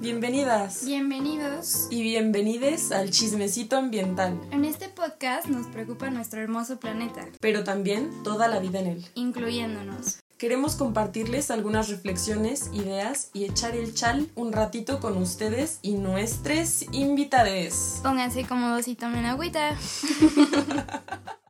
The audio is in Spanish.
Bienvenidas Bienvenidos y bienvenides al Chismecito Ambiental. En este podcast nos preocupa nuestro hermoso planeta, pero también toda la vida en él, incluyéndonos. Queremos compartirles algunas reflexiones, ideas y echar el chal un ratito con ustedes y nuestros invitades. Pónganse cómodos y tomen agüita.